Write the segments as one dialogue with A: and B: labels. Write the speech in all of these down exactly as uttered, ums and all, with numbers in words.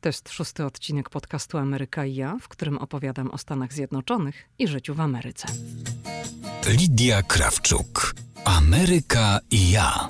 A: To jest szósty odcinek podcastu Ameryka i ja, w którym opowiadam o Stanach Zjednoczonych i życiu w Ameryce.
B: Lidia Krawczuk. Ameryka i ja.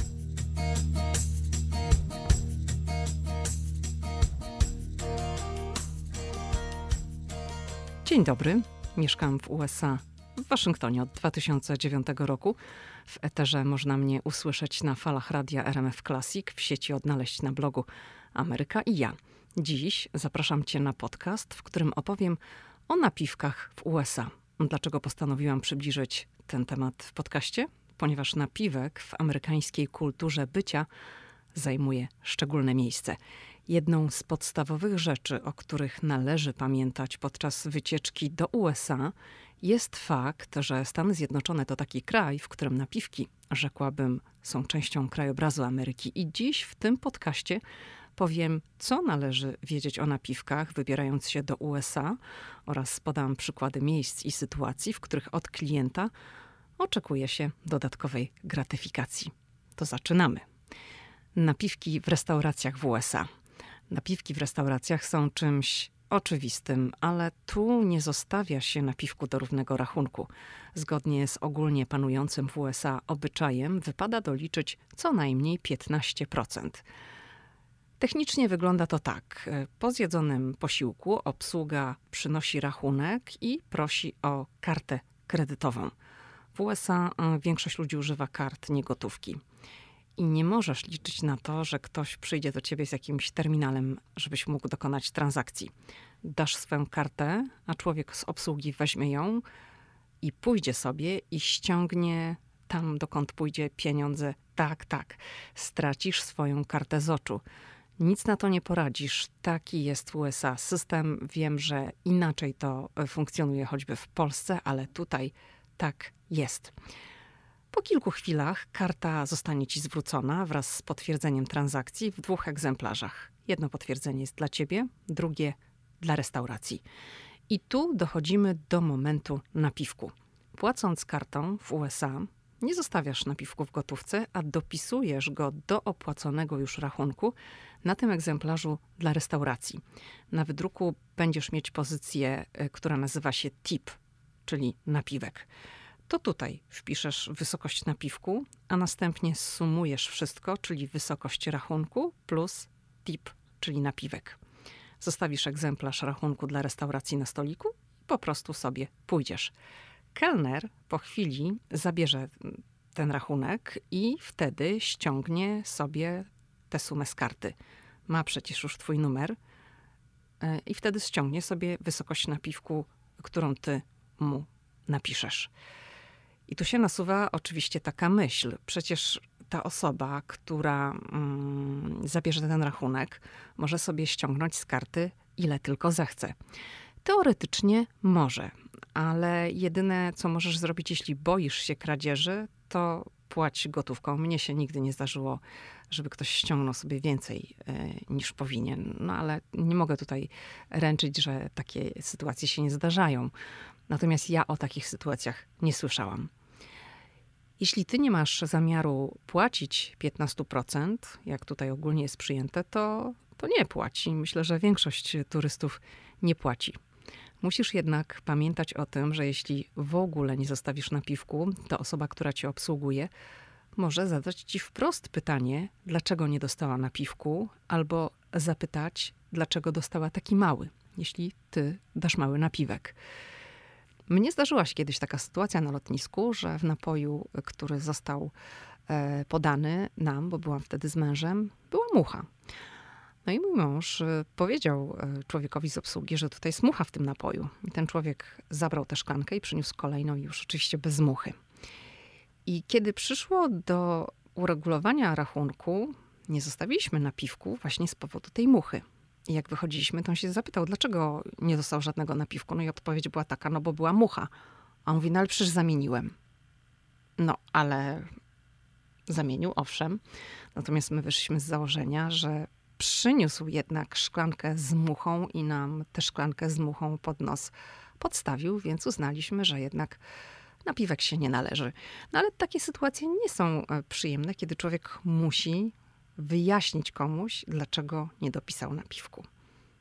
A: Dzień dobry. Mieszkam w U S A, w Waszyngtonie od dwa tysiące dziewiątego roku. W eterze można mnie usłyszeć na falach radia R M F Classic, w sieci odnaleźć na blogu Ameryka i ja. Dziś zapraszam Cię na podcast, w którym opowiem o napiwkach w U S A. Dlaczego postanowiłam przybliżyć ten temat w podcaście? Ponieważ napiwek w amerykańskiej kulturze bycia zajmuje szczególne miejsce. Jedną z podstawowych rzeczy, o których należy pamiętać podczas wycieczki do U S A, jest fakt, że Stany Zjednoczone to taki kraj, w którym napiwki, rzekłabym, są częścią krajobrazu Ameryki. I dziś w tym podcaście powiem, co należy wiedzieć o napiwkach, wybierając się do U S A, oraz podam przykłady miejsc i sytuacji, w których od klienta oczekuje się dodatkowej gratyfikacji. To zaczynamy. Napiwki w restauracjach w U S A. Napiwki w restauracjach są czymś oczywistym, ale tu nie zostawia się napiwku do równego rachunku. Zgodnie z ogólnie panującym w U S A obyczajem wypada doliczyć co najmniej piętnaście procent. Technicznie wygląda to tak. Po zjedzonym posiłku obsługa przynosi rachunek i prosi o kartę kredytową. W U S A większość ludzi używa kart, nie gotówki. I nie możesz liczyć na to, że ktoś przyjdzie do ciebie z jakimś terminalem, żebyś mógł dokonać transakcji. Dasz swoją kartę, a człowiek z obsługi weźmie ją i pójdzie sobie i ściągnie tam, dokąd pójdzie, pieniądze. Tak, tak. Stracisz swoją kartę z oczu. Nic na to nie poradzisz. Taki jest w U S A system. Wiem, że inaczej to funkcjonuje choćby w Polsce, ale tutaj tak jest. Po kilku chwilach karta zostanie ci zwrócona wraz z potwierdzeniem transakcji w dwóch egzemplarzach. Jedno potwierdzenie jest dla ciebie, drugie dla restauracji. I tu dochodzimy do momentu napiwku. Płacąc kartą w U S A, nie zostawiasz napiwku w gotówce, a dopisujesz go do opłaconego już rachunku na tym egzemplarzu dla restauracji. Na wydruku będziesz mieć pozycję, która nazywa się tip, czyli napiwek. To tutaj wpiszesz wysokość napiwku, a następnie sumujesz wszystko, czyli wysokość rachunku plus tip, czyli napiwek. Zostawisz egzemplarz rachunku dla restauracji na stoliku i po prostu sobie pójdziesz. Kelner po chwili zabierze ten rachunek i wtedy ściągnie sobie tę sumę z karty. Ma przecież już twój numer i wtedy ściągnie sobie wysokość napiwku, którą ty mu napiszesz. I tu się nasuwa oczywiście taka myśl. Przecież ta osoba, która mm, zabierze ten rachunek, może sobie ściągnąć z karty ile tylko zechce. Teoretycznie może, ale jedyne, co możesz zrobić, jeśli boisz się kradzieży, to płać gotówką. Mnie się nigdy nie zdarzyło, żeby ktoś ściągnął sobie więcej y, niż powinien. No ale nie mogę tutaj ręczyć, że takie sytuacje się nie zdarzają. Natomiast ja o takich sytuacjach nie słyszałam. Jeśli ty nie masz zamiaru płacić piętnaście procent, jak tutaj ogólnie jest przyjęte, to, to nie płaci. Myślę, że większość turystów nie płaci. Musisz jednak pamiętać o tym, że jeśli w ogóle nie zostawisz napiwku, to osoba, która cię obsługuje, może zadać ci wprost pytanie, dlaczego nie dostała napiwku, albo zapytać, dlaczego dostała taki mały, jeśli ty dasz mały napiwek. Mnie zdarzyła się kiedyś taka sytuacja na lotnisku, że w napoju, który został e, podany nam, bo byłam wtedy z mężem, była mucha. No i mój mąż e, powiedział e, człowiekowi z obsługi, że tutaj jest mucha w tym napoju. I ten człowiek zabrał tę szklankę i przyniósł kolejną już oczywiście bez muchy. I kiedy przyszło do uregulowania rachunku, nie zostawiliśmy napiwku właśnie z powodu tej muchy. I jak wychodziliśmy, to on się zapytał, dlaczego nie dostał żadnego napiwku. No i odpowiedź była taka, no bo była mucha. A on mówi, no ale przecież zamieniłem. No, ale zamienił, owszem. Natomiast my wyszliśmy z założenia, że przyniósł jednak szklankę z muchą i nam tę szklankę z muchą pod nos podstawił, więc uznaliśmy, że jednak napiwek się nie należy. No ale takie sytuacje nie są przyjemne, kiedy człowiek musi wyjaśnić komuś, dlaczego nie dopisał napiwku.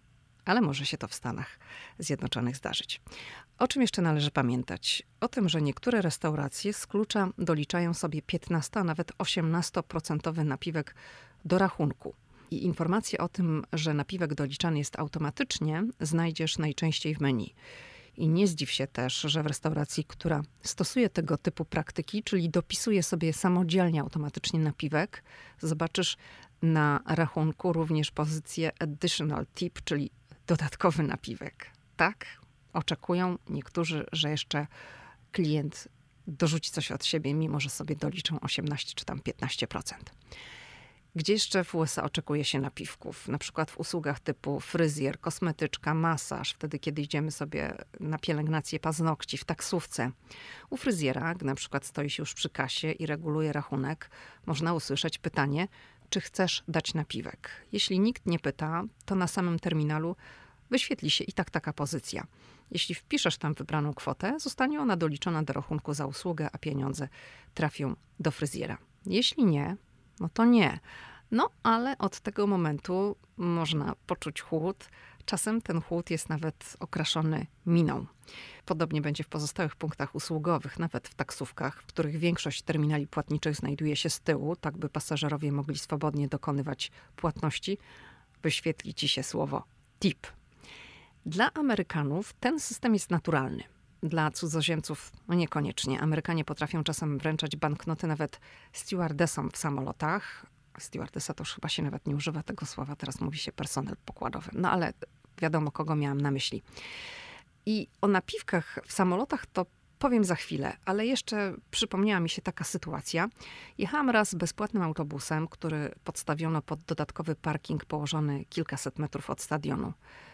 A: ale może się to w Stanach Zjednoczonych zdarzyć. O czym jeszcze należy pamiętać? O tym, że niektóre restauracje z klucza doliczają sobie piętnaście, a nawet osiemnaście procent napiwek do rachunku. I informacje o tym, że napiwek doliczany jest automatycznie, znajdziesz najczęściej w menu. I nie zdziw się też, że w restauracji, która stosuje tego typu praktyki, czyli dopisuje sobie samodzielnie automatycznie napiwek, zobaczysz na rachunku również pozycję additional tip, czyli dodatkowy napiwek. Tak, oczekują niektórzy, że jeszcze klient dorzuci coś od siebie, mimo że sobie doliczą osiemnaście czy tam piętnaście procent. Gdzie jeszcze w U S A oczekuje się napiwków? Na przykład w usługach typu fryzjer, kosmetyczka, masaż, wtedy kiedy idziemy sobie na pielęgnację paznokci, w taksówce. U fryzjera, gdy na przykład stoi się już przy kasie i reguluje rachunek, można usłyszeć pytanie, czy chcesz dać napiwek. Jeśli nikt nie pyta, to na samym terminalu wyświetli się i tak taka pozycja. Jeśli wpiszesz tam wybraną kwotę, zostanie ona doliczona do rachunku za usługę, a pieniądze trafią do fryzjera. Jeśli nie, no to nie. No, ale od tego momentu można poczuć chłód. Czasem ten chłód jest nawet okraszony miną. Podobnie będzie w pozostałych punktach usługowych, nawet w taksówkach, w których większość terminali płatniczych znajduje się z tyłu, tak by pasażerowie mogli swobodnie dokonywać płatności, wyświetli ci się słowo tip. Dla Amerykanów ten system jest naturalny. Dla cudzoziemców no niekoniecznie. Amerykanie potrafią czasem wręczać banknoty nawet stewardesom w samolotach. Stewardesa to już chyba się nawet nie używa tego słowa, teraz mówi się personel pokładowy. No ale wiadomo, kogo miałam na myśli. I o napiwkach w samolotach to powiem za chwilę, ale jeszcze przypomniała mi się taka sytuacja. Jechałam raz bezpłatnym autobusem, który podstawiono pod dodatkowy parking położony kilkaset metrów od stadionu.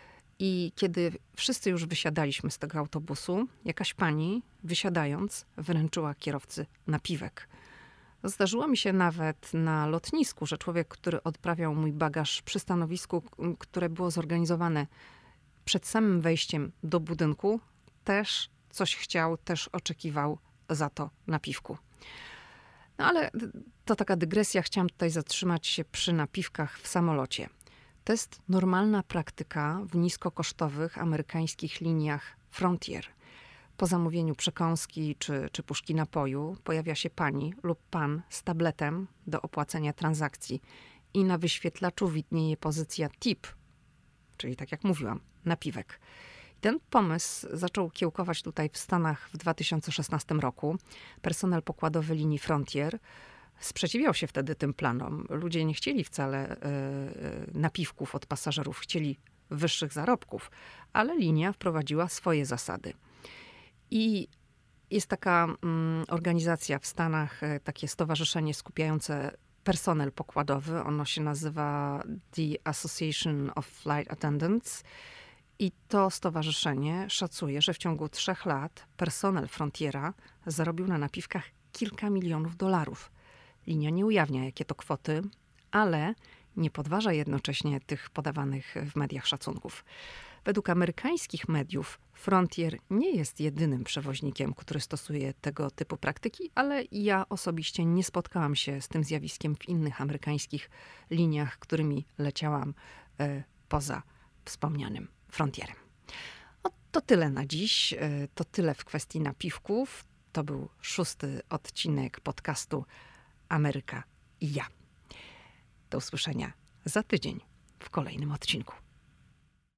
A: I kiedy wszyscy już wysiadaliśmy z tego autobusu, jakaś pani, wysiadając, wręczyła kierowcy napiwek. Zdarzyło mi się nawet na lotnisku, że człowiek, który odprawiał mój bagaż przy stanowisku, które było zorganizowane przed samym wejściem do budynku, też coś chciał, też oczekiwał za to napiwku. No ale to taka dygresja, chciałam tutaj zatrzymać się przy napiwkach w samolocie. To jest normalna praktyka w niskokosztowych amerykańskich liniach Frontier. Po zamówieniu przekąski czy, czy puszki napoju pojawia się pani lub pan z tabletem do opłacenia transakcji i na wyświetlaczu widnieje pozycja tip, czyli tak jak mówiłam, napiwek. Ten pomysł zaczął kiełkować tutaj w Stanach w dwa tysiące szesnastym roku. Personel pokładowy linii Frontier sprzeciwiał się wtedy tym planom. Ludzie nie chcieli wcale y, napiwków od pasażerów, chcieli wyższych zarobków, ale linia wprowadziła swoje zasady. I jest taka mm, organizacja w Stanach, takie stowarzyszenie skupiające personel pokładowy. Ono się nazywa The Association of Flight Attendants. I to stowarzyszenie szacuje, że w ciągu trzech lat personel Frontiera zarobił na napiwkach kilka milionów dolarów. Linia nie ujawnia, jakie to kwoty, ale nie podważa jednocześnie tych podawanych w mediach szacunków. Według amerykańskich mediów Frontier nie jest jedynym przewoźnikiem, który stosuje tego typu praktyki, ale ja osobiście nie spotkałam się z tym zjawiskiem w innych amerykańskich liniach, którymi leciałam e, poza wspomnianym Frontierem. O, to tyle na dziś. E, to tyle w kwestii napiwków. To był szósty odcinek podcastu Ameryka i ja. Do usłyszenia za tydzień w kolejnym odcinku.